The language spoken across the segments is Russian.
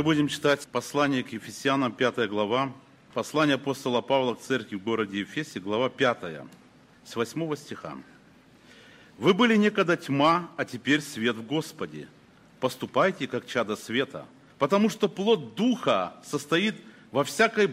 Мы будем читать послание к Ефесянам, 5 глава, послание апостола Павла к церкви в городе Ефесе, глава 5, с 8 стиха. «Вы были некогда тьма, а теперь свет в Господе. Поступайте, как чада света, потому что плод Духа состоит во всякой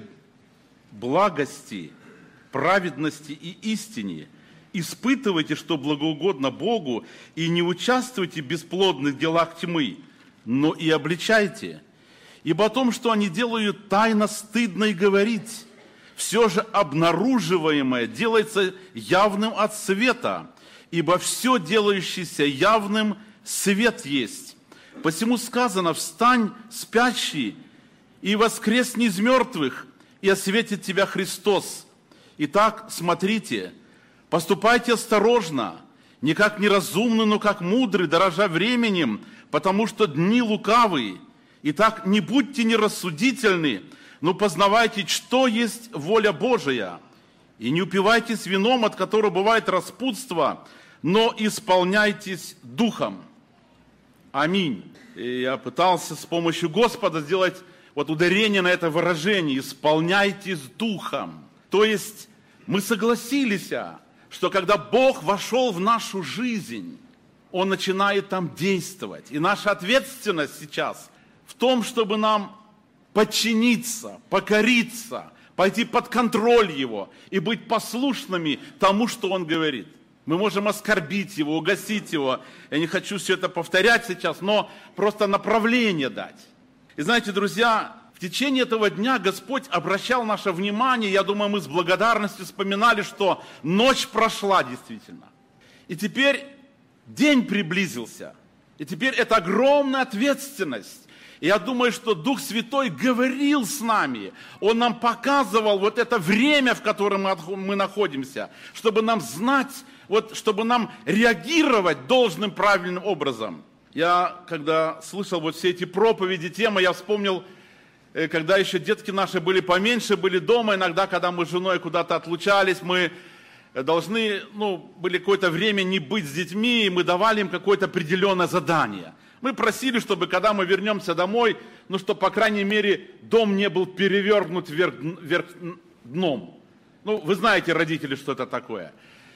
благости, праведности и истине. Испытывайте, что благоугодно Богу, и не участвуйте в бесплодных делах тьмы, но и обличайте. Ибо о том, что они делают тайно, стыдно и говорить. Все же обнаруживаемое делается явным от света, ибо все делающееся явным свет есть. Посему сказано: встань, спящий, и воскресни из мертвых, и осветит тебя Христос. Итак, смотрите, поступайте осторожно, не как неразумны, но как мудры, дорожа временем, потому что дни лукавые. Итак, не будьте нерассудительны, но познавайте, что есть воля Божия. И не упивайтесь вином, от которого бывает распутство, но исполняйтесь духом». Аминь. И я пытался с помощью Господа сделать ударение на это выражение: «исполняйтесь духом». То есть мы согласились, что когда Бог вошел в нашу жизнь, Он начинает там действовать. И наша ответственность сейчас в том, чтобы нам подчиниться, покориться, пойти под контроль Его и быть послушными тому, что Он говорит. Мы можем оскорбить Его, угасить Его. Я не хочу все это повторять сейчас, но просто направление дать. И знаете, друзья, в течение этого дня Господь обращал наше внимание, я думаю, мы с благодарностью вспоминали, что ночь прошла действительно. И теперь день приблизился. И теперь это огромная ответственность. И я думаю, что Дух Святой говорил с нами. Он нам показывал вот это время, в котором мы находимся, чтобы нам знать, чтобы нам реагировать должным, правильным образом. Я, когда слышал все эти проповеди, темы, я вспомнил, когда еще детки наши были поменьше, были дома, иногда, когда мы с женой куда-то отлучались, мы должны, были какое-то время не быть с детьми, и мы давали им какое-то определенное задание. Мы просили, чтобы, когда мы вернемся домой, чтобы, по крайней мере, дом не был перевернут вверх дном. Вы знаете, родители, что это такое.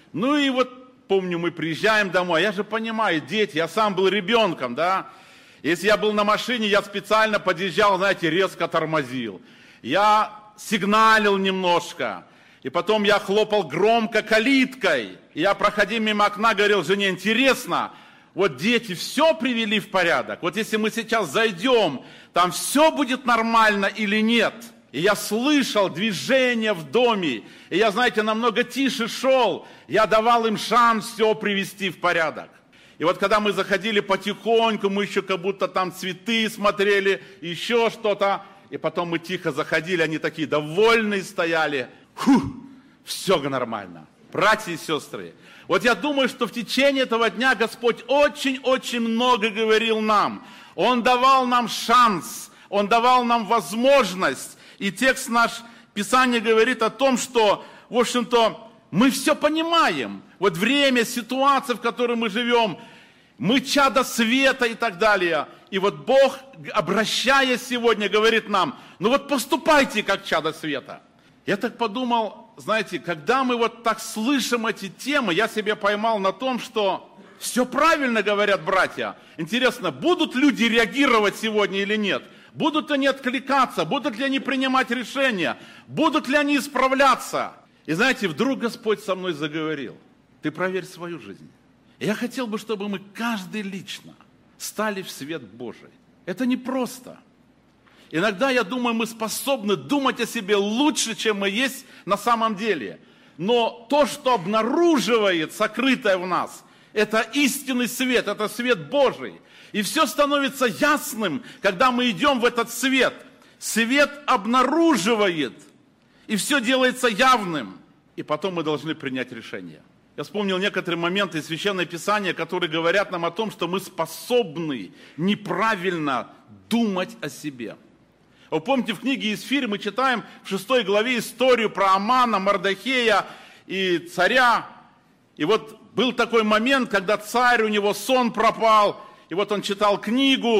Помню, мы приезжаем домой, я же понимаю, дети, я сам был ребенком, да. Если я был на машине, я специально подъезжал, резко тормозил. Я сигналил немножко. И потом я хлопал громко калиткой. И я, проходя мимо окна, говорил жене: интересно, дети все привели в порядок? Если мы сейчас зайдем, там все будет нормально или нет? И я слышал движение в доме. И я, намного тише шел. Я давал им шанс все привести в порядок. И когда мы заходили потихоньку, мы еще как будто там цветы смотрели, еще что-то. И потом мы тихо заходили, они такие довольные стояли. Все нормально. Братья и сестры, я думаю, что в течение этого дня Господь очень-очень много говорил нам. Он давал нам шанс, Он давал нам возможность. И текст наш, Писание говорит о том, что, в общем-то, мы все понимаем. Время, ситуация, в которой мы живем, мы чада света и так далее. И Бог, обращаясь сегодня, говорит нам: поступайте, как чада света. Я так подумал, когда мы так слышим эти темы, я себя поймал на том, что все правильно говорят братья. Интересно, будут люди реагировать сегодня или нет? Будут ли они откликаться? Будут ли они принимать решения? Будут ли они исправляться? И вдруг Господь со мной заговорил: ты проверь свою жизнь. И я хотел бы, чтобы мы каждый лично стали в свет Божий. Это непросто. Иногда, я думаю, мы способны думать о себе лучше, чем мы есть на самом деле. Но то, что обнаруживает сокрытое в нас, это истинный свет, это свет Божий. И все становится ясным, когда мы идем в этот свет. Свет обнаруживает, и все делается явным. И потом мы должны принять решение. Я вспомнил некоторые моменты из Священного Писания, которые говорят нам о том, что мы способны неправильно думать о себе. Вы помните, в книге Исфирь мы читаем в 6 главе историю про Амана, Мордехея и царя. И был такой момент, когда царь, у него сон пропал, и он читал книгу,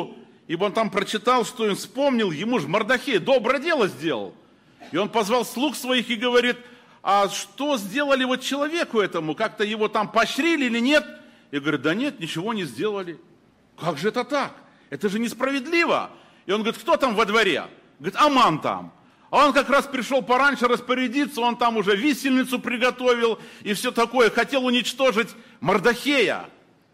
ибо он там прочитал, что он вспомнил, ему же Мордохей доброе дело сделал. И он позвал слуг своих и говорит: а что сделали вот человеку этому? Как-то его там поощрили или нет? И говорит: да нет, ничего не сделали. Как же это так? Это же несправедливо. И он говорит: кто там во дворе? Говорит: Аман там. А он как раз пришел пораньше распорядиться, он там уже висельницу приготовил и все такое, хотел уничтожить Мордохея.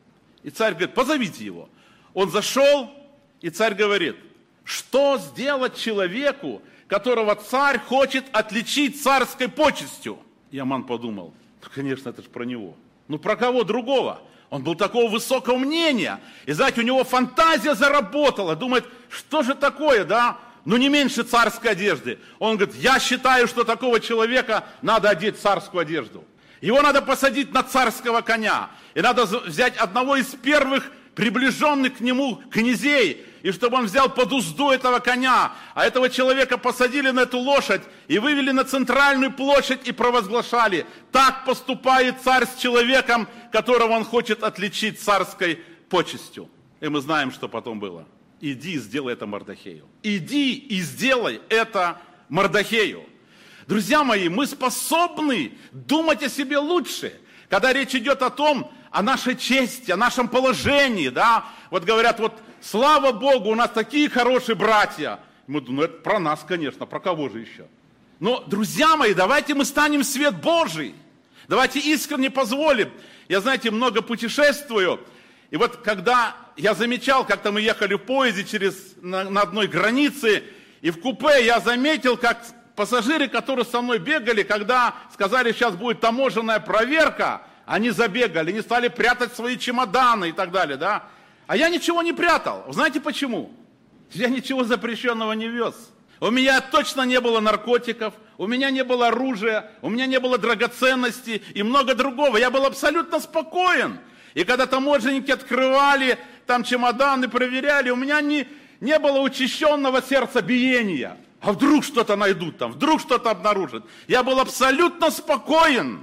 И царь говорит: позовите его. Он зашел, и царь говорит: что сделать человеку, которого царь хочет отличить царской почестью? И Аман подумал: ну, конечно, это же про него. Ну, про кого другого? Он был такого высокого мнения. И, знаете, у него фантазия заработала. Думает: что же такое, да? Ну, не меньше царской одежды. Он говорит: я считаю, что такого человека надо одеть царскую одежду. Его надо посадить на царского коня. И надо взять одного из первых приближенных к нему князей, и чтобы он взял под узду этого коня. А этого человека посадили на эту лошадь и вывели на центральную площадь и провозглашали: так поступает царь с человеком, которого он хочет отличить царской почестью. И мы знаем, что потом было. Иди и сделай это Мордохею. Иди и сделай это Мордохею. Друзья мои, мы способны думать о себе лучше, когда речь идет о том, о нашей чести, о нашем положении, да. Вот говорят: вот слава Богу, у нас такие хорошие братья. Мы думаем: ну это про нас, конечно, про кого же еще? Но, друзья мои, давайте мы станем в свет Божий. Давайте искренне позволим. Я, знаете, много путешествую. И вот когда я замечал, как-то мы ехали в поезде на одной границе, и в купе я заметил, как пассажиры, которые со мной бегали, когда сказали: сейчас будет таможенная проверка, они забегали, они стали прятать свои чемоданы и так далее, да. А я ничего не прятал. Знаете почему? Я ничего запрещенного не вез. У меня точно не было наркотиков, у меня не было оружия, у меня не было драгоценностей и много другого. Я был абсолютно спокоен. И когда таможенники открывали там чемоданы, проверяли, у меня не было учащенного сердцебиения. А вдруг что-то найдут там, вдруг что-то обнаружат. Я был абсолютно спокоен.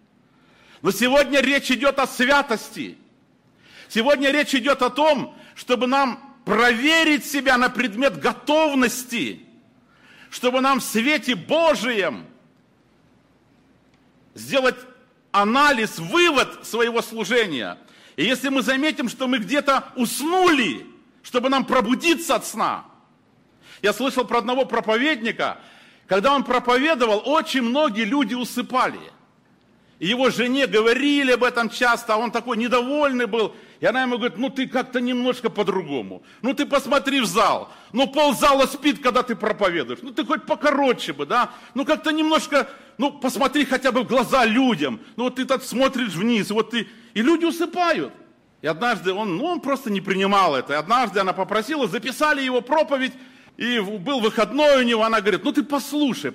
Но сегодня речь идет о святости. Сегодня речь идет о том, чтобы нам проверить себя на предмет готовности, чтобы нам в свете Божием сделать анализ, вывод своего служения. И если мы заметим, что мы где-то уснули, чтобы нам пробудиться от сна. Я слышал про одного проповедника, когда он проповедовал, очень многие люди усыпали. И его жене говорили об этом часто, а он такой недовольный был. И она ему говорит: ну ты как-то немножко по-другому. Ну ты посмотри в зал. Ну ползала спит, когда ты проповедуешь. Ну ты хоть покороче бы, да? Ну как-то немножко, ну посмотри хотя бы в глаза людям. Ну вот ты так смотришь вниз, вот ты... И люди усыпают. И однажды он просто не принимал это. И однажды она попросила, записали его проповедь. И был выходной у него, она говорит: ну ты послушай.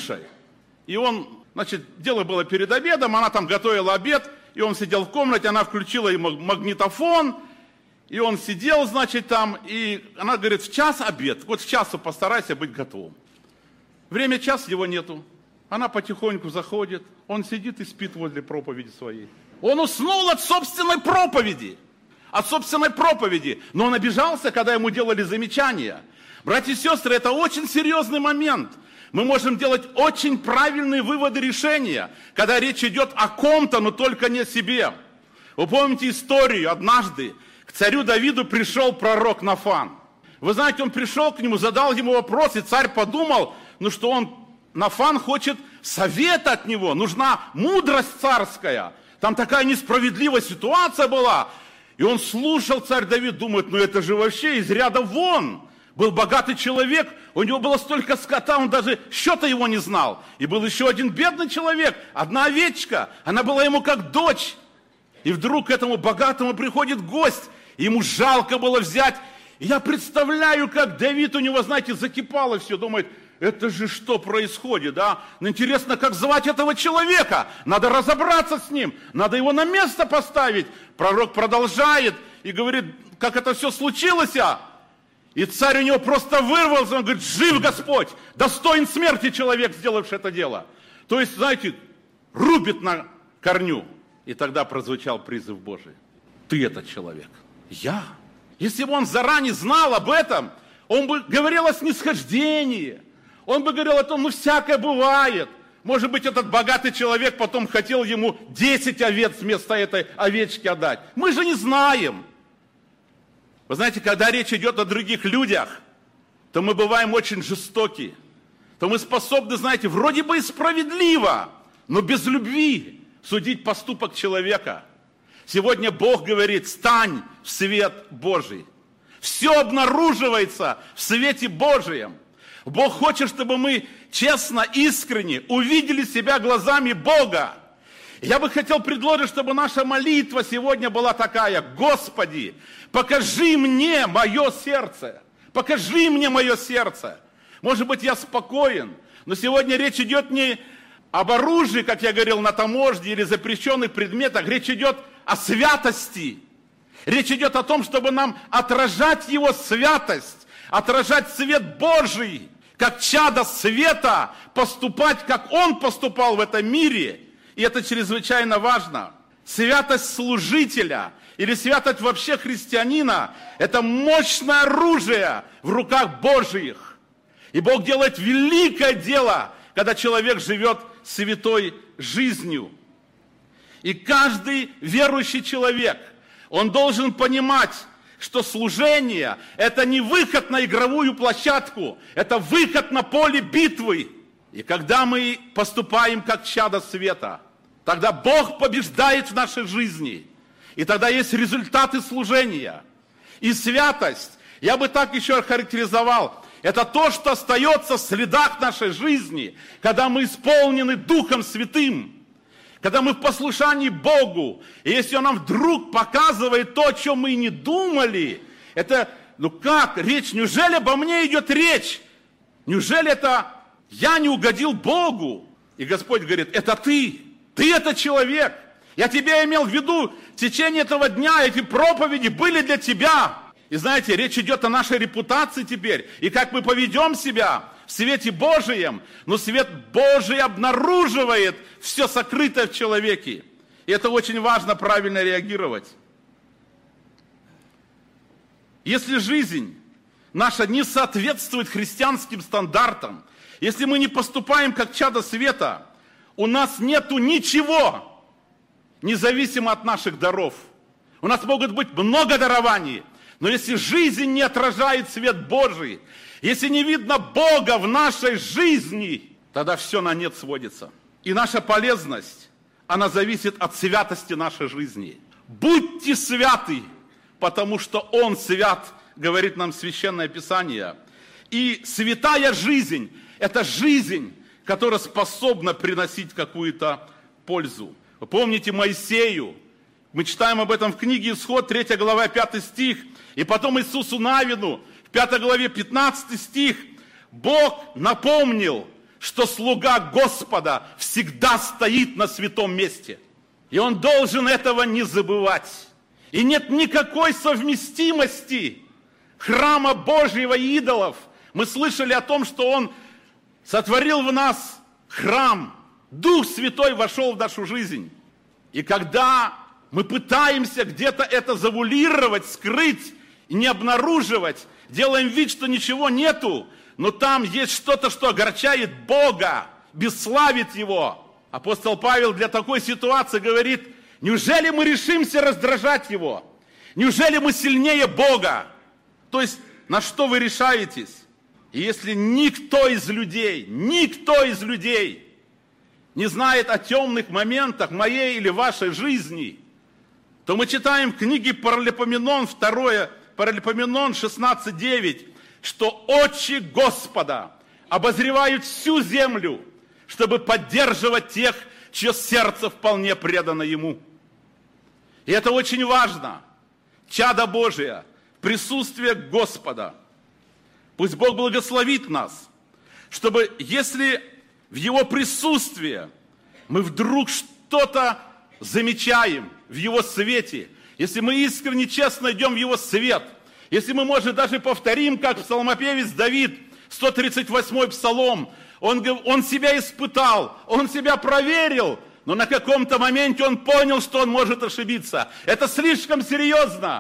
И он... Значит, дело было перед обедом, она там готовила обед, и он сидел в комнате, она включила ему магнитофон, и он сидел, значит, там, и она говорит: в час обед, вот в часу постарайся быть готовым. Время час, его нету. Она потихоньку заходит, он сидит и спит возле проповеди своей. Он уснул от собственной проповеди, но он обижался, когда ему делали замечания. Братья и сестры, это очень серьезный момент. Мы можем делать очень правильные выводы, решения, когда речь идет о ком-то, но только не о себе. Вы помните историю? Однажды к царю Давиду пришел пророк Нафан. Вы знаете, он пришел к нему, задал ему вопрос, и царь подумал, что Нафан хочет совета от него, нужна мудрость царская. Там такая несправедливая ситуация была. И он слушал, царь Давид, думает: ну это же вообще из ряда вон. Был богатый человек, у него было столько скота, он даже счета его не знал. И был еще один бедный человек, одна овечка, она была ему как дочь. И вдруг к этому богатому приходит гость, и ему жалко было взять. И я представляю, как Давид у него, знаете, закипало все, думает: это же что происходит, да? Ну, интересно, как звать этого человека? Надо разобраться с ним, надо его на место поставить. Пророк продолжает и говорит: как это все случилось, И царь у него просто вырвался, он говорит: жив Господь, достоин смерти человек, сделавший это дело. То есть, знаете, рубит на корню. И тогда прозвучал призыв Божий: ты этот человек. Я? Если бы он заранее знал об этом, он бы говорил о снисхождении. Он бы говорил о том, ну всякое бывает. Может быть, этот богатый человек потом хотел ему 10 овец вместо этой овечки отдать. Мы же не знаем. Вы знаете, когда речь идет о других людях, то мы бываем очень жестоки. То мы способны, знаете, вроде бы и справедливо, но без любви судить поступок человека. Сегодня Бог говорит, стань в свет Божий. Все обнаруживается в свете Божьем. Бог хочет, чтобы мы честно, искренне увидели себя глазами Бога. Я бы хотел предложить, чтобы наша молитва сегодня была такая: Господи, покажи мне мое сердце. Покажи мне мое сердце. Может быть, я спокоен, но сегодня речь идет не об оружии, как я говорил, на таможне или запрещенных предметах. Речь идет о святости. Речь идет о том, чтобы нам отражать Его святость, отражать свет Божий, как чадо света, поступать, как Он поступал в этом мире. И это чрезвычайно важно. Святость служителя или святость вообще христианина – это мощное оружие в руках Божьих. И Бог делает великое дело, когда человек живет святой жизнью. И каждый верующий человек, он должен понимать, что служение – это не выход на игровую площадку, это выход на поле битвы. И когда мы поступаем как чадо света, тогда Бог побеждает в нашей жизни. И тогда есть результаты служения. И святость, я бы так еще охарактеризовал, это то, что остается в следах нашей жизни, когда мы исполнены Духом Святым. Когда мы в послушании Богу, и если Он нам вдруг показывает то, о чем мы и не думали, это, речь, неужели обо мне идет речь? Неужели это я не угодил Богу? И Господь говорит, это ты это человек. Я тебя имел в виду в течение этого дня, эти проповеди были для тебя. И знаете, речь идет о нашей репутации теперь, и как мы поведем себя в свете Божием, но свет Божий обнаруживает все сокрытое в человеке. И это очень важно правильно реагировать. Если жизнь наша не соответствует христианским стандартам, если мы не поступаем как чадо света, у нас нету ничего, независимо от наших даров. У нас могут быть много дарований, но если жизнь не отражает свет Божий, если не видно Бога в нашей жизни, тогда все на нет сводится. И наша полезность, она зависит от святости нашей жизни. Будьте святы, потому что Он свят, говорит нам Священное Писание. И святая жизнь – это жизнь, которая способна приносить какую-то пользу. Вы помните Моисею? Мы читаем об этом в книге Исход, 3 глава, 5 стих. И потом Иисусу Навину, в 5 главе, 15 стих. Бог напомнил, что слуга Господа всегда стоит на святом месте. И он должен этого не забывать. И нет никакой совместимости храма Божьего и идолов. Мы слышали о том, что Он сотворил в нас храм. Дух Святой вошел в нашу жизнь. И когда мы пытаемся где-то это завуалировать, скрыть и не обнаруживать, делаем вид, что ничего нету, но там есть что-то, что огорчает Бога, бесславит Его. Апостол Павел для такой ситуации говорит, неужели мы решимся раздражать Его? Неужели мы сильнее Бога? То есть, на что вы решаетесь? И если никто из людей не знает о темных моментах моей или вашей жизни, то мы читаем в книге Паралипоменон 16:9, что очи Господа обозревают всю землю, чтобы поддерживать тех, чье сердце вполне предано Ему. И это очень важно. Чадо Божие, присутствие Господа. Пусть Бог благословит нас, чтобы, если в Его присутствии мы вдруг что-то замечаем в Его свете, если мы искренне, честно идем в Его свет, если мы, может, даже повторим, как псалмопевец Давид, 138-й псалом, он себя испытал, он себя проверил, но на каком-то моменте он понял, что он может ошибиться. Это слишком серьезно.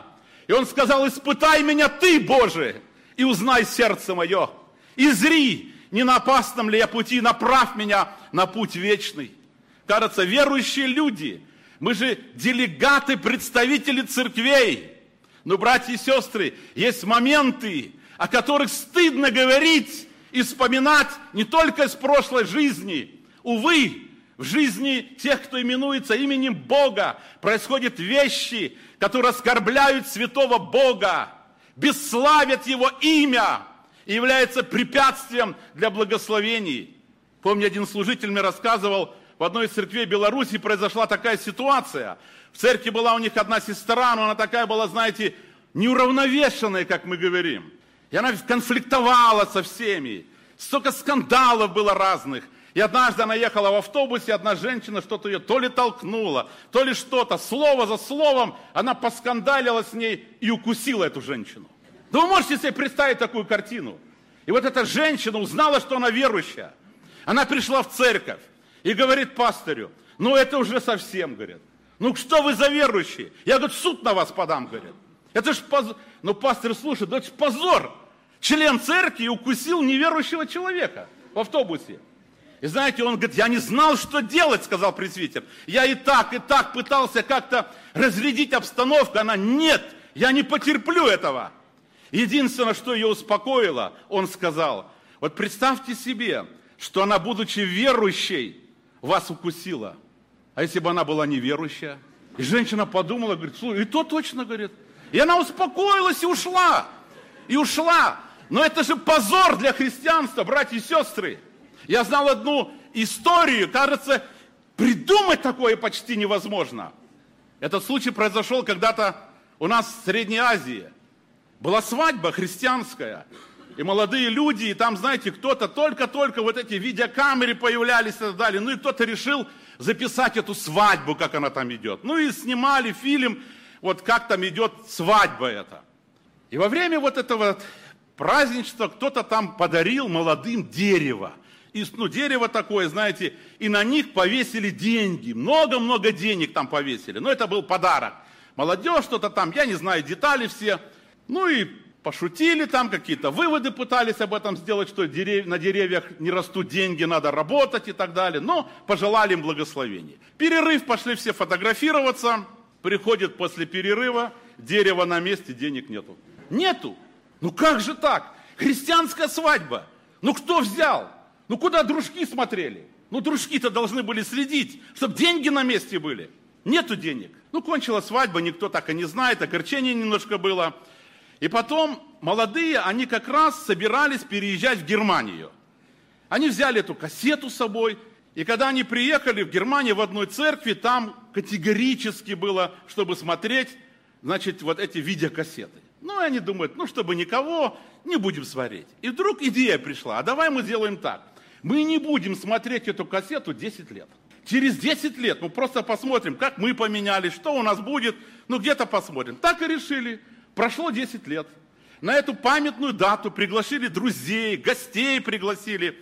И он сказал: испытай меня ты, Боже, и узнай сердце мое, и зри, не на опасном ли я пути, направь меня на путь вечный. Кажется, верующие люди, мы же делегаты, представители церквей. Но, братья и сестры, есть моменты, о которых стыдно говорить и вспоминать не только из прошлой жизни. Увы, в жизни тех, кто именуется именем Бога, происходят вещи, которые оскорбляют святого Бога, бесславят Его имя и являются препятствием для благословений. Помню, один служитель мне рассказывал, в одной из церквей Беларуси произошла такая ситуация. В церкви была у них одна сестра, но она такая была, знаете, неуравновешенная, как мы говорим. И она конфликтовала со всеми. Столько скандалов было разных. И однажды она ехала в автобусе, одна женщина что-то ее то ли толкнула, то ли что-то. Слово за словом она поскандалила с ней и укусила эту женщину. Да вы можете себе представить такую картину? И вот эта женщина узнала, что она верующая. Она пришла в церковь и говорит пастырю: ну это уже совсем, говорит. Ну что вы за верующие? Я, говорит, в суд на вас подам, говорит. Это ж позор. Ну пастор, слушай, да это ж позор. Член церкви укусил неверующего человека в автобусе. И знаете, он говорит: я не знал, что делать, сказал пресвитер. Я и так пытался как-то разрядить обстановку. Она: нет, я не потерплю этого. Единственное, что ее успокоило, он сказал: вот представьте себе, что она, будучи верующей, вас укусила. А если бы она была неверующая? И женщина подумала, говорит: слушай, и то точно, говорит. И она успокоилась и ушла. И ушла. Но это же позор для христианства, братья и сестры. Я знал одну историю, кажется, придумать такое почти невозможно. Этот случай произошел когда-то у нас в Средней Азии. Была свадьба христианская. И молодые люди, и там, знаете, кто-то только-только вот эти видеокамеры появлялись и так далее. Ну и кто-то решил записать эту свадьбу, как она там идет. Ну и снимали фильм, вот как там идет свадьба эта. И во время вот этого празднества кто-то там подарил молодым дерево. И, дерево такое, знаете, и на них повесили деньги. Много-много денег там повесили. Но это был подарок. Молодежь что-то там, я не знаю, детали все. Ну и пошутили там, какие-то выводы пытались об этом сделать, что на деревьях не растут деньги, надо работать и так далее. Но пожелали им благословения. Перерыв, пошли все фотографироваться. Приходит после перерыва, дерево на месте, денег нету. Нету. Ну как же так? Христианская свадьба. Ну кто взял? Ну куда дружки смотрели? Ну дружки-то должны были следить, чтобы деньги на месте были. Нету денег. Ну кончилась свадьба, никто так и не знает, огорчение немножко было. И потом молодые, они как раз собирались переезжать в Германию. Они взяли эту кассету с собой, и когда они приехали в Германию в одной церкви, там категорически было, чтобы смотреть, значит, вот эти видеокассеты. Ну, и они думают, ну, чтобы никого, не будем смотреть. И вдруг идея пришла: а давай мы сделаем так. Мы не будем смотреть эту кассету 10 лет. Через 10 лет мы просто посмотрим, как мы поменялись, что у нас будет, ну, где-то посмотрим. Так и решили. Прошло 10 лет. На эту памятную дату пригласили друзей, гостей пригласили.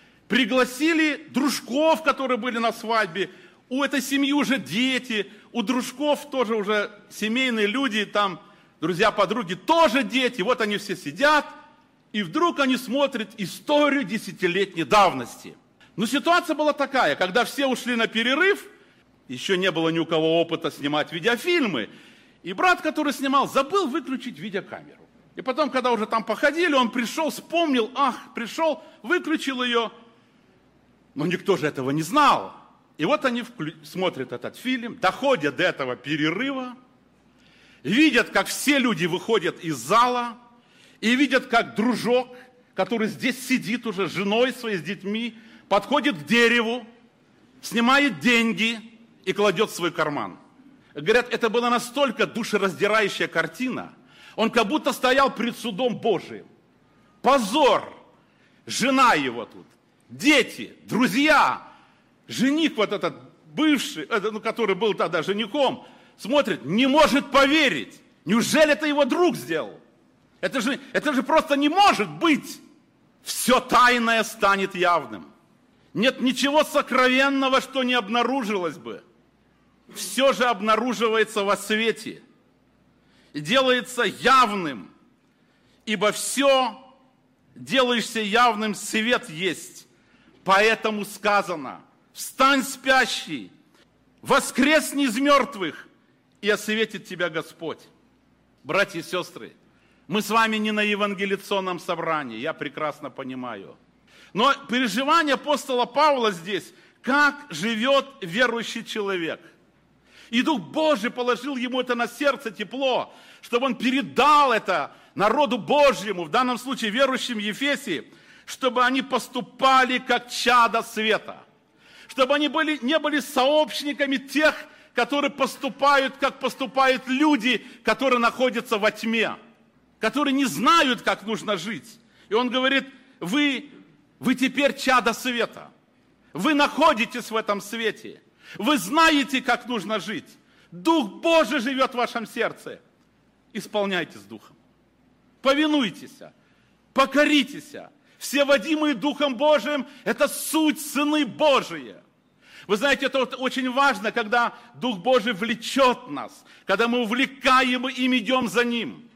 Пригласили дружков, которые были на свадьбе. У этой семьи уже дети, у дружков тоже уже семейные люди, там друзья, подруги, тоже дети. Вот они все сидят, и вдруг они смотрят историю десятилетней давности. Но ситуация была такая: когда все ушли на перерыв, еще не было ни у кого опыта снимать видеофильмы, и брат, который снимал, забыл выключить видеокамеру. И потом, когда уже там походили, он пришел, вспомнил, пришел, выключил ее. Но никто же этого не знал. И вот они смотрят этот фильм, доходят до этого перерыва, видят, как все люди выходят из зала, и видят, как дружок, который здесь сидит уже с женой своей, с детьми, подходит к дереву, снимает деньги и кладет в свой карман. Говорят, это была настолько душераздирающая картина, он как будто стоял пред судом Божиим. Позор! Жена его тут, дети, друзья, жених вот этот бывший, который был тогда женихом, смотрит, не может поверить. Неужели это его друг сделал? Это же просто не может быть. Все тайное станет явным. Нет ничего сокровенного, что не обнаружилось бы. Все же обнаруживается во свете. делается явным, ибо все делаешься явным, свет есть. Поэтому сказано: встань, спящий, воскресни из мертвых, и осветит тебя Господь. Братья и сестры, мы с вами не на евангелиционном собрании, я прекрасно понимаю. Но переживание апостола Павла здесь, как живет верующий человек. И Дух Божий положил ему это на сердце тепло, чтобы он передал это народу Божьему, в данном случае верующим в Ефесе, чтобы они поступали как чада света. Чтобы они не были сообщниками тех, которые поступают, как поступают люди, которые находятся во тьме, которые не знают, как нужно жить. И он говорит: вы теперь чада света. Вы находитесь в этом свете. Вы знаете, как нужно жить. Дух Божий живет в вашем сердце. Исполняйтесь Духом. Повинуйтесь, покоритесь. Все водимые Духом Божиим – это суть сыны Божии. Вы знаете, это очень важно, когда Дух Божий влечет нас, когда мы увлекаем им, идем за Ним.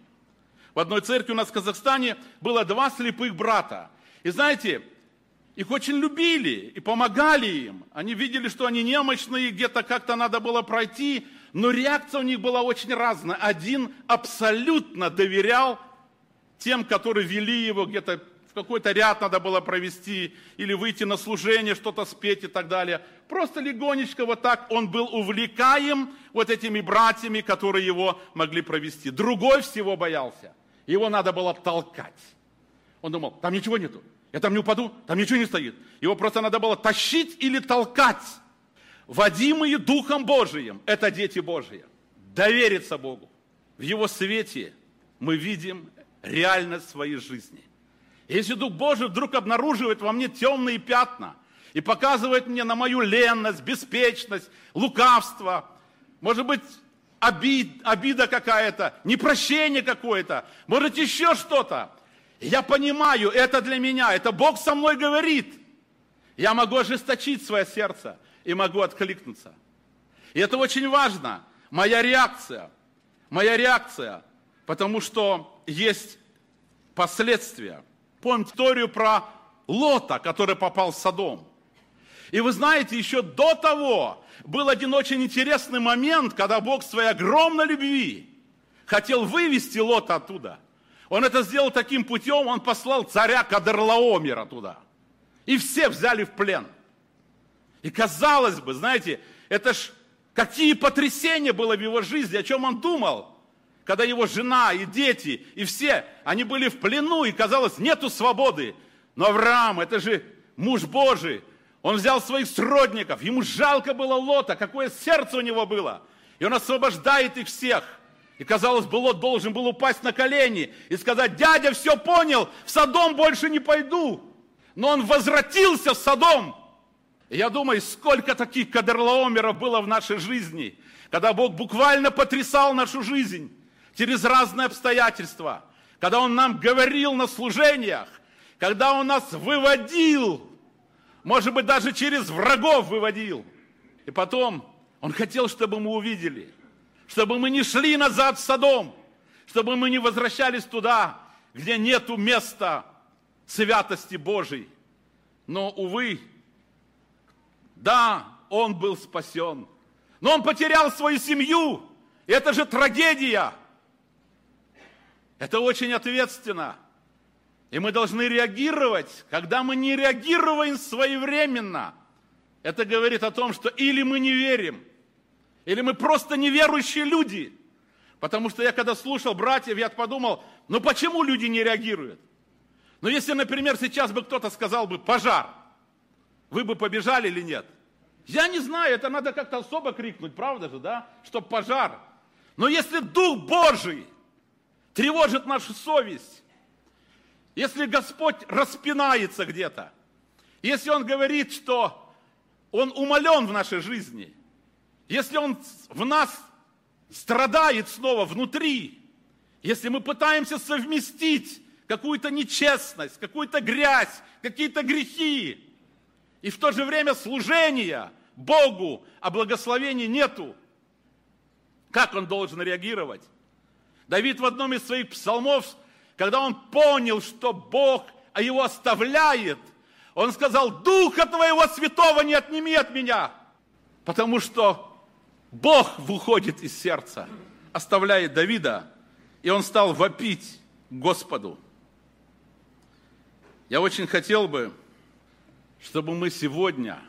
В одной церкви у нас в Казахстане было 2 слепых брата. И знаете, их очень любили и помогали им. Они видели, что они немощные, где-то как-то надо было пройти, но реакция у них была очень разная. Один абсолютно доверял тем, которые вели его, где-то в какой-то ряд надо было провести, или выйти на служение, что-то спеть и так далее. Просто легонечко вот так он был увлекаем вот этими братьями, которые его могли провести. Другой всего боялся. Его надо было толкать. Он думал: там ничего нету, я там не упаду, там ничего не стоит. Его просто надо было тащить или толкать. Водимые Духом Божиим – это дети Божьи. Довериться Богу. В Его свете мы видим реальность своей жизни. Если Дух Божий вдруг обнаруживает во мне темные пятна и показывает мне на мою ленность, беспечность, лукавство, может быть, обида какая-то, непрощение какое-то, может, еще что-то, я понимаю, это для меня, это Бог со мной говорит. Я могу ожесточить свое сердце и могу откликнуться. И это очень важно, моя реакция, потому что есть последствия. Помните историю про Лота, который попал в Содом. И вы знаете, еще до того был один очень интересный момент, когда Бог в своей огромной любви хотел вывести Лота оттуда. Он это сделал таким путем, он послал царя Кедорлаомера туда. И все взяли в плен. И казалось бы, знаете, это ж какие потрясения было в его жизни, о чем он думал. Когда его жена и дети, и все, они были в плену, и казалось, нету свободы. Но Авраам, это же муж Божий, он взял своих сродников, ему жалко было Лота, какое сердце у него было. И он освобождает их всех. И казалось бы, Лот должен был упасть на колени и сказать: дядя, все понял, в Содом больше не пойду. Но он возвратился в Содом. И я думаю, сколько таких Кедорлаомеров было в нашей жизни, когда Бог буквально потрясал нашу жизнь через разные обстоятельства, когда Он нам говорил на служениях, когда Он нас выводил, может быть, даже через врагов выводил. И потом Он хотел, чтобы мы увидели, чтобы мы не шли назад в Содом, чтобы мы не возвращались туда, где нету места святости Божией. Но, увы, да, он был спасен, но он потерял свою семью. Это же трагедия. Это очень ответственно. И мы должны реагировать. Когда мы не реагируем своевременно, это говорит о том, что или мы не верим, или мы просто неверующие люди. Потому что я когда слушал братьев, я подумал, ну почему люди не реагируют? Ну если, например, сейчас бы кто-то сказал бы пожар, вы бы побежали или нет? Я не знаю, это надо как-то особо крикнуть, правда же, да? Чтоб пожар. Но если Дух Божий тревожит нашу совесть, если Господь распинается где-то, если Он говорит, что Он умолен в нашей жизни, если Он в нас страдает снова внутри, если мы пытаемся совместить какую-то нечестность, какую-то грязь, какие-то грехи, и в то же время служения Богу, а благословений нету, как Он должен реагировать? Давид в одном из своих псалмов, когда он понял, что Бог его оставляет, он сказал: Духа Твоего Святого не отними от меня, потому что Бог выходит из сердца, оставляет Давида, и он стал вопить Господу. Я очень хотел бы, чтобы мы сегодня,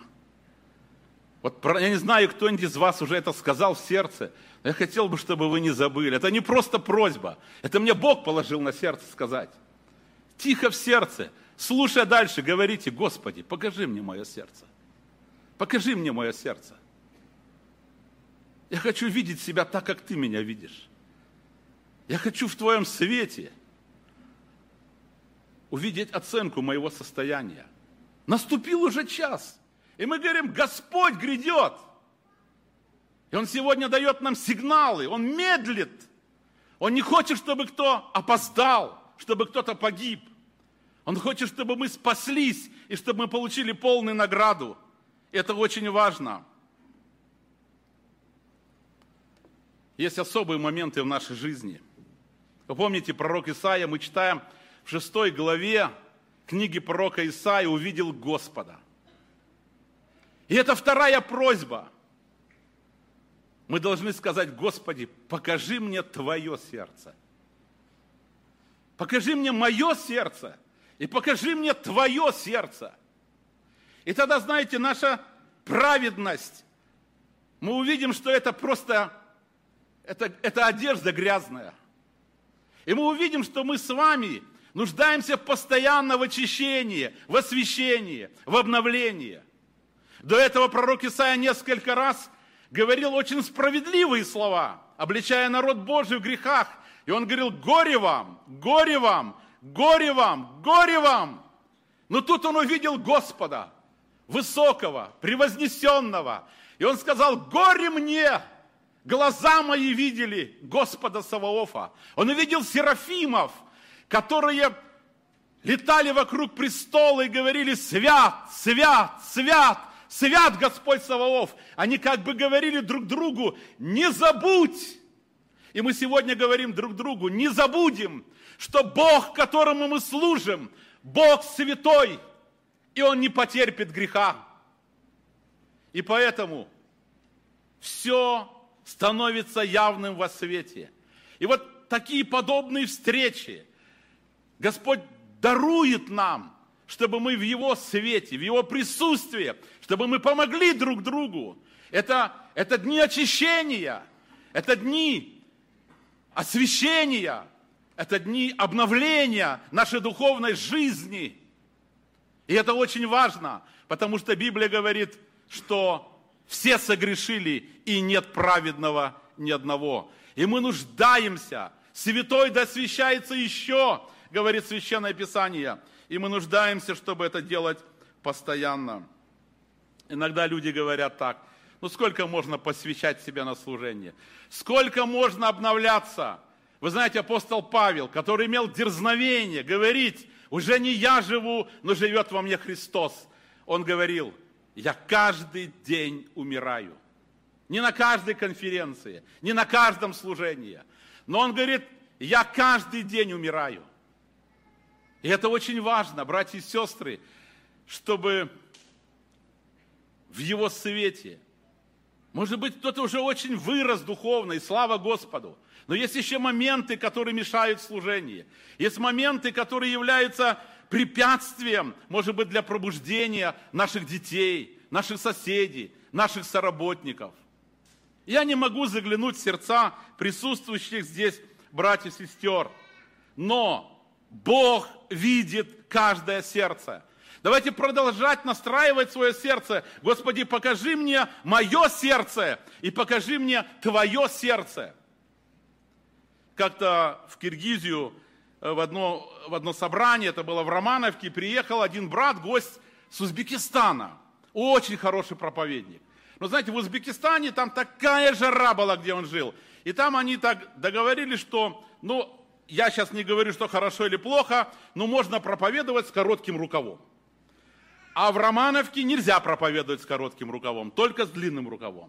я не знаю, кто-нибудь из вас уже это сказал в сердце, но я хотел бы, чтобы вы не забыли. Это не просто просьба, это мне Бог положил на сердце сказать. Тихо в сердце, слушая дальше, говорите: Господи, покажи мне мое сердце. Покажи мне мое сердце. Я хочу видеть себя так, как Ты меня видишь. Я хочу в Твоем свете увидеть оценку моего состояния. Наступил уже час, и мы говорим: Господь грядет. И Он сегодня дает нам сигналы, Он медлит. Он не хочет, чтобы кто опоздал, чтобы кто-то погиб. Он хочет, чтобы мы спаслись, и чтобы мы получили полную награду. Это очень важно. Есть особые моменты в нашей жизни. Вы помните, пророк Исаия, мы читаем в 6 главе книги пророка Исаии: увидел Господа. И это вторая просьба. Мы должны сказать: Господи, покажи мне Твое сердце. Покажи мне мое сердце и покажи мне Твое сердце. И тогда, знаете, наша праведность, мы увидим, что это просто, это одежда грязная. И мы увидим, что мы с вами нуждаемся постоянно в очищении, в освящении, в обновлении. До этого пророк Исаия несколько раз говорил очень справедливые слова, обличая народ Божий в грехах. И он говорил: горе вам, горе вам, горе вам, горе вам. Но тут он увидел Господа, высокого, превознесенного. И он сказал: горе мне, глаза мои видели Господа Саваофа. Он увидел серафимов, которые летали вокруг престола и говорили: свят, свят, свят, свят Господь Саваоф. Они как бы говорили друг другу: не забудь. И мы сегодня говорим друг другу: не забудем, что Бог, которому мы служим, Бог святой, и Он не потерпит греха. И поэтому все становится явным во свете. И вот такие подобные встречи Господь дарует нам, чтобы мы в Его свете, в Его присутствии, чтобы мы помогли друг другу. Это дни очищения, это дни освящения, это дни обновления нашей духовной жизни. И это очень важно, потому что Библия говорит, что все согрешили, и нет праведного ни одного. И мы нуждаемся. Святой да освящается еще, говорит Священное Писание. И мы нуждаемся, чтобы это делать постоянно. Иногда люди говорят так: ну сколько можно посвящать себя на служение? Сколько можно обновляться? Вы знаете, апостол Павел, который имел дерзновение говорить: уже не я живу, но живет во мне Христос. Он говорил: я каждый день умираю. Не на каждой конференции, не на каждом служении. Но он говорит: я каждый день умираю. И это очень важно, братья и сестры, чтобы в Его свете, может быть, кто-то уже очень вырос духовно, и слава Господу, но есть еще моменты, которые мешают служению. Есть моменты, которые являются препятствием, может быть, для пробуждения наших детей, наших соседей, наших соработников. Я не могу заглянуть в сердца присутствующих здесь братьев и сестер, но Бог видит каждое сердце. Давайте продолжать настраивать свое сердце. Господи, покажи мне мое сердце и покажи мне Твое сердце. Как-то в Киргизию в одно собрание, это было в Романовке, приехал один брат, гость с Узбекистана. Очень хороший проповедник. Но знаете, в Узбекистане там такая жара была, где он жил. И там они так договорились, что, я сейчас не говорю, что хорошо или плохо, но можно проповедовать с коротким рукавом. А в Романовке нельзя проповедовать с коротким рукавом, только с длинным рукавом.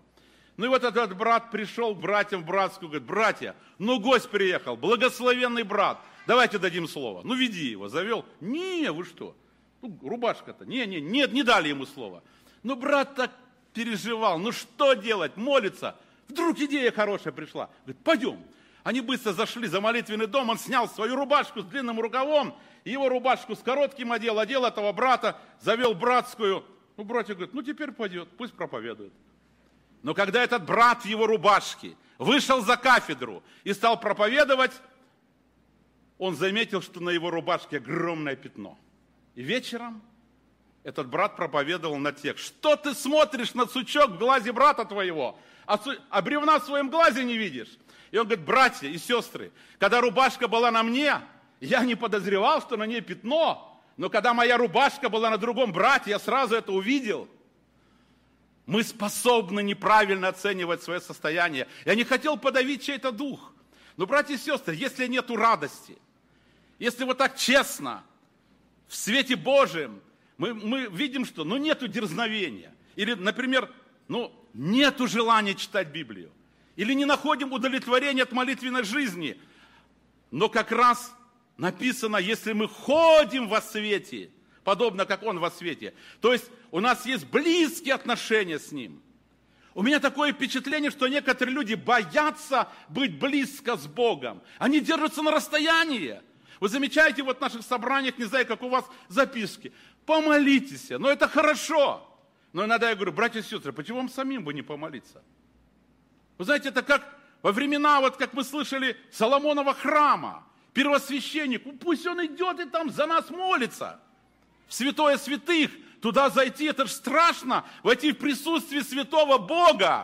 Ну и вот этот брат пришел к братьям в братскую, говорит: братья, ну гость приехал, благословенный брат, давайте дадим слово. Ну веди его, завел. Не, вы что? Ну, рубашка-то. Нет, не дали ему слова. Ну брат так переживал, ну что делать, молиться. Вдруг идея хорошая пришла. Говорит: пойдем. Они быстро зашли за молитвенный дом, он снял свою рубашку с длинным рукавом, его рубашку с коротким одел этого брата, завел братскую. Ну, братья говорят: ну теперь пойдет, пусть проповедует. Но когда этот брат в его рубашке вышел за кафедру и стал проповедовать, он заметил, что на его рубашке огромное пятно. И вечером этот брат проповедовал на текст: что ты смотришь на сучок в глазе брата твоего, а бревна в своем глазе не видишь? И он говорит: братья и сестры, когда рубашка была на мне, я не подозревал, что на ней пятно, но когда моя рубашка была на другом брате, я сразу это увидел. Мы способны неправильно оценивать свое состояние. Я не хотел подавить чей-то дух. Но, братья и сестры, если нету радости, если вот так честно, в свете Божьем, мы видим, что нету дерзновения. Или, например, нету желания читать Библию. Или не находим удовлетворения от молитвенной жизни. Но как раз написано: если мы ходим во свете, подобно как Он во свете. То есть у нас есть близкие отношения с Ним. У меня такое впечатление, что некоторые люди боятся быть близко с Богом. Они держатся на расстоянии. Вы замечаете, вот в наших собраниях, не знаю, как у вас записки: помолитесь, но это хорошо. Но иногда я говорю: братья и сестры, почему вам самим бы не помолиться? Вы знаете, это как во времена, вот как мы слышали, Соломонова храма. Первосвященник, пусть он идет и там за нас молится. В святое святых, туда зайти, это же страшно, войти в присутствие святого Бога.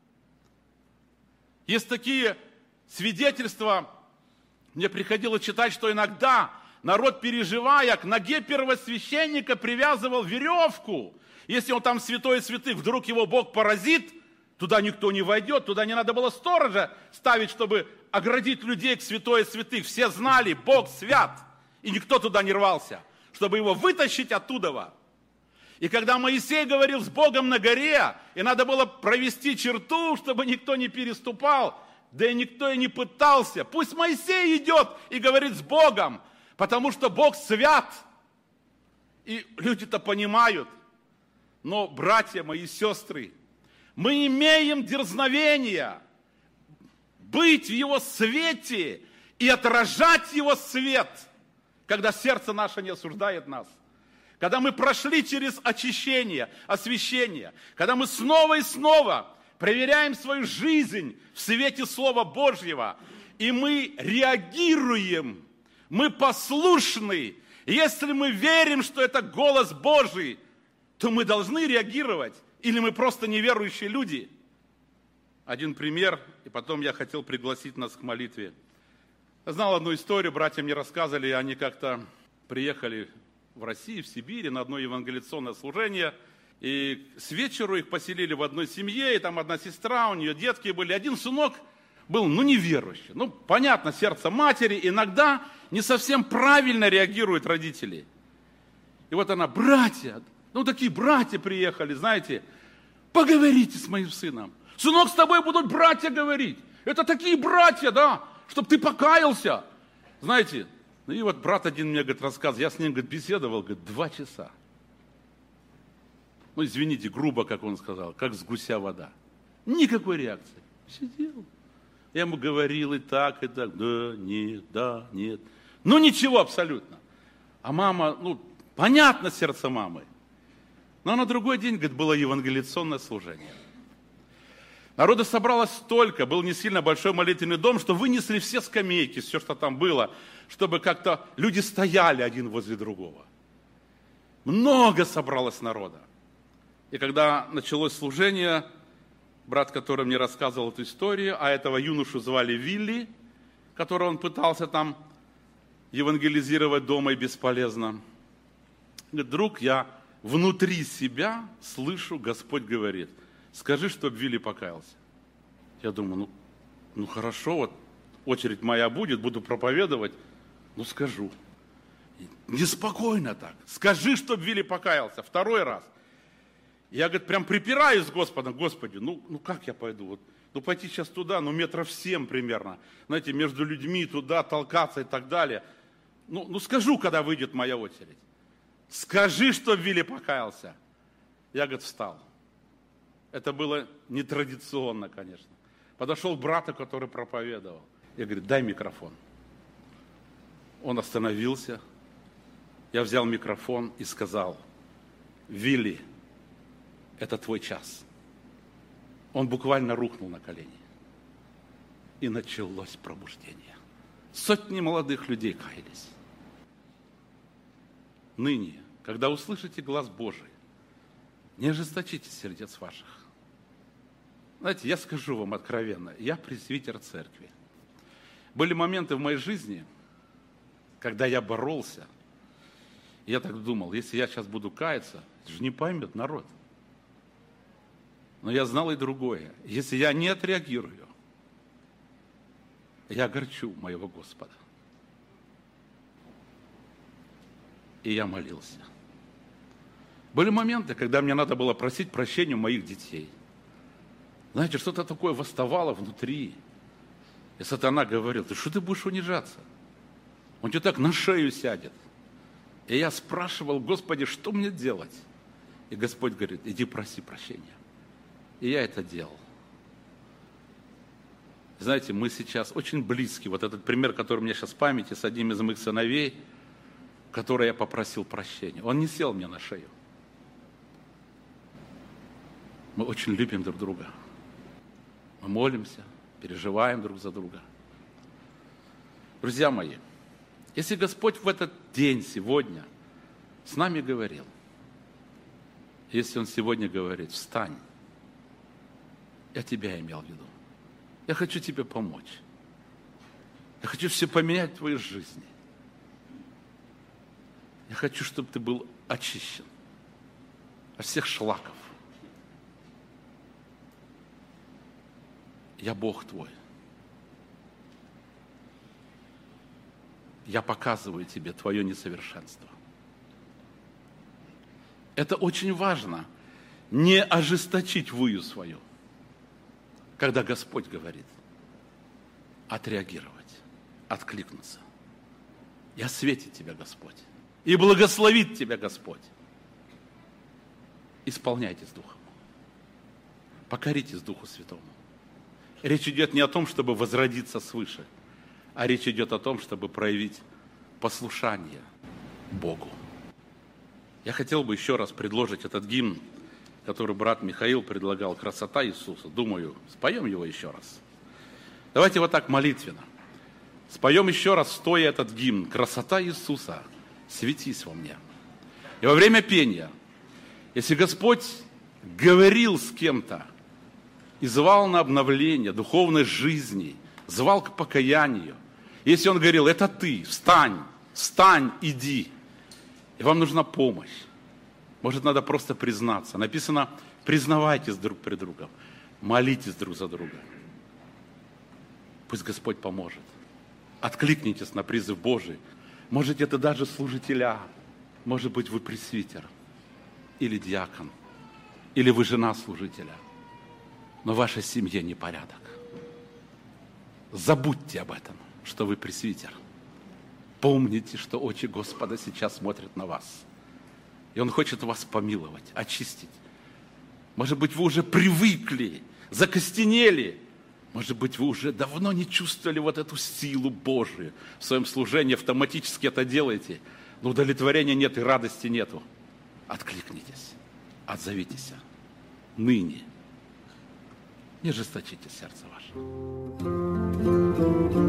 Есть такие свидетельства, мне приходилось читать, что иногда народ, переживая, к ноге первосвященника привязывал веревку. Если он там в святое святых, вдруг его Бог поразит, туда никто не войдет, туда не надо было сторожа ставить, чтобы оградить людей к святое святых. Все знали, Бог свят, и никто туда не рвался, чтобы его вытащить оттуда. И когда Моисей говорил с Богом на горе, и надо было провести черту, чтобы никто не переступал, да и никто и не пытался. Пусть Моисей идет и говорит с Богом, потому что Бог свят. И люди-то понимают. Но, братья мои, сестры, мы имеем дерзновение быть в Его свете и отражать Его свет, когда сердце наше не осуждает нас. Когда мы прошли через очищение, освящение, когда мы снова и снова проверяем свою жизнь в свете Слова Божьего, и мы реагируем, мы послушны. Если мы верим, что это голос Божий, то мы должны реагировать, или мы просто неверующие люди. Один пример, и потом я хотел пригласить нас к молитве. Я знал одну историю, братья мне рассказывали, они как-то приехали в России, в Сибири на одно евангелиционное служение, и с вечеру их поселили в одной семье, и там одна сестра, у нее детки были, один сынок был, неверующий. Понятно, сердце матери, иногда не совсем правильно реагируют родители. И вот она: братья, такие братья приехали, знаете, поговорите с моим сыном. Сынок, с тобой будут братья говорить. Это такие братья, да, чтобы ты покаялся. Знаете, и вот брат один мне, рассказывал, я с ним, беседовал, 2 часа. Извините, грубо, как он сказал, как с гуся вода. Никакой реакции. Сидел. Я ему говорил и так, да, нет. Ничего абсолютно. А мама, понятно сердце мамы. Но на другой день, было евангелиционное служение. Народу собралось столько, был не сильно большой молитвенный дом, что вынесли все скамейки, все, что там было, чтобы как-то люди стояли один возле другого. Много собралось народа. И когда началось служение, брат, который мне рассказывал эту историю, а этого юношу звали Вилли, которого он пытался там евангелизировать дома и бесполезно. Говорит: друг, я внутри себя слышу, Господь говорит: скажи, чтобы Вилли покаялся. Я думаю, хорошо, вот очередь моя будет, буду проповедовать, скажу. Неспокойно так. Скажи, чтобы Вилли покаялся. 2 раз. Я, говорит, прям припираюсь с Господом. Господи, ну как я пойду? Вот, ну пойти сейчас туда, ну метров 7 примерно. Знаете, между людьми туда толкаться и так далее. Ну скажу, когда выйдет моя очередь. Скажи, что Вилли покаялся. Я, говорит, встал. Это было нетрадиционно, конечно. Подошел к брату, который проповедовал. Я говорю, дай микрофон. Он остановился. Я взял микрофон и сказал, Вилли, это твой час. Он буквально рухнул на колени. И началось пробуждение. Сотни молодых людей каялись. Ныне, когда услышите глас Божий, не ожесточите сердец ваших. Знаете, я скажу вам откровенно, я пресвитер церкви. Были моменты в моей жизни, когда я боролся. Я так думал, если я сейчас буду каяться, это же не поймет народ. Но я знал и другое. Если я не отреагирую, я огорчу моего Господа. И я молился. Были моменты, когда мне надо было просить прощения у моих детей. Знаете, что-то такое восставало внутри. И сатана говорил, ты что ты будешь унижаться? Он тебе так на шею сядет. И я спрашивал, Господи, что мне делать? И Господь говорит, иди проси прощения. И я это делал. Знаете, мы сейчас очень близки. Вот этот пример, который у меня сейчас в памяти с одним из моих сыновей, который я попросил прощения. Он не сел мне на шею. Мы очень любим друг друга. Мы молимся, переживаем друг за друга. Друзья мои, если Господь в этот день, сегодня, с нами говорил, если Он сегодня говорит, встань, я тебя имел в виду. Я хочу тебе помочь. Я хочу все поменять в твоей жизни. Я хочу, чтобы ты был очищен от всех шлаков. Я Бог твой. Я показываю тебе твое несовершенство. Это очень важно, не ожесточить вую свою, когда Господь говорит, отреагировать, откликнуться. И осветит тебя Господь. И благословит тебя Господь. Исполняйтесь Духом. Покоритесь Духу Святому. Речь идет не о том, чтобы возродиться свыше, а речь идет о том, чтобы проявить послушание Богу. Я хотел бы еще раз предложить этот гимн, который брат Михаил предлагал, «Красота Иисуса». Думаю, споем его еще раз. Давайте вот так молитвенно. Споем еще раз, стоя, этот гимн. «Красота Иисуса, светись во мне». И во время пения, если Господь говорил с кем-то и звал на обновление духовной жизни, звал к покаянию, если Он говорил, это ты, встань, встань, иди, и вам нужна помощь, может, надо просто признаться. Написано, признавайтесь друг пред другом, молитесь друг за друга. Пусть Господь поможет. Откликнитесь на призыв Божий. Может, это даже служителя, может быть, вы пресвитер, или диакон, или вы жена служителя, но в вашей семье непорядок. Забудьте об этом, что вы пресвитер. Помните, что очи Господа сейчас смотрят на вас. И Он хочет вас помиловать, очистить. Может быть, вы уже привыкли, закостенели. Может быть, вы уже давно не чувствовали вот эту силу Божию в своем служении, автоматически это делаете, но удовлетворения нет и радости нету. Откликнитесь, отзовитесь ныне. Не ожесточите сердце ваше.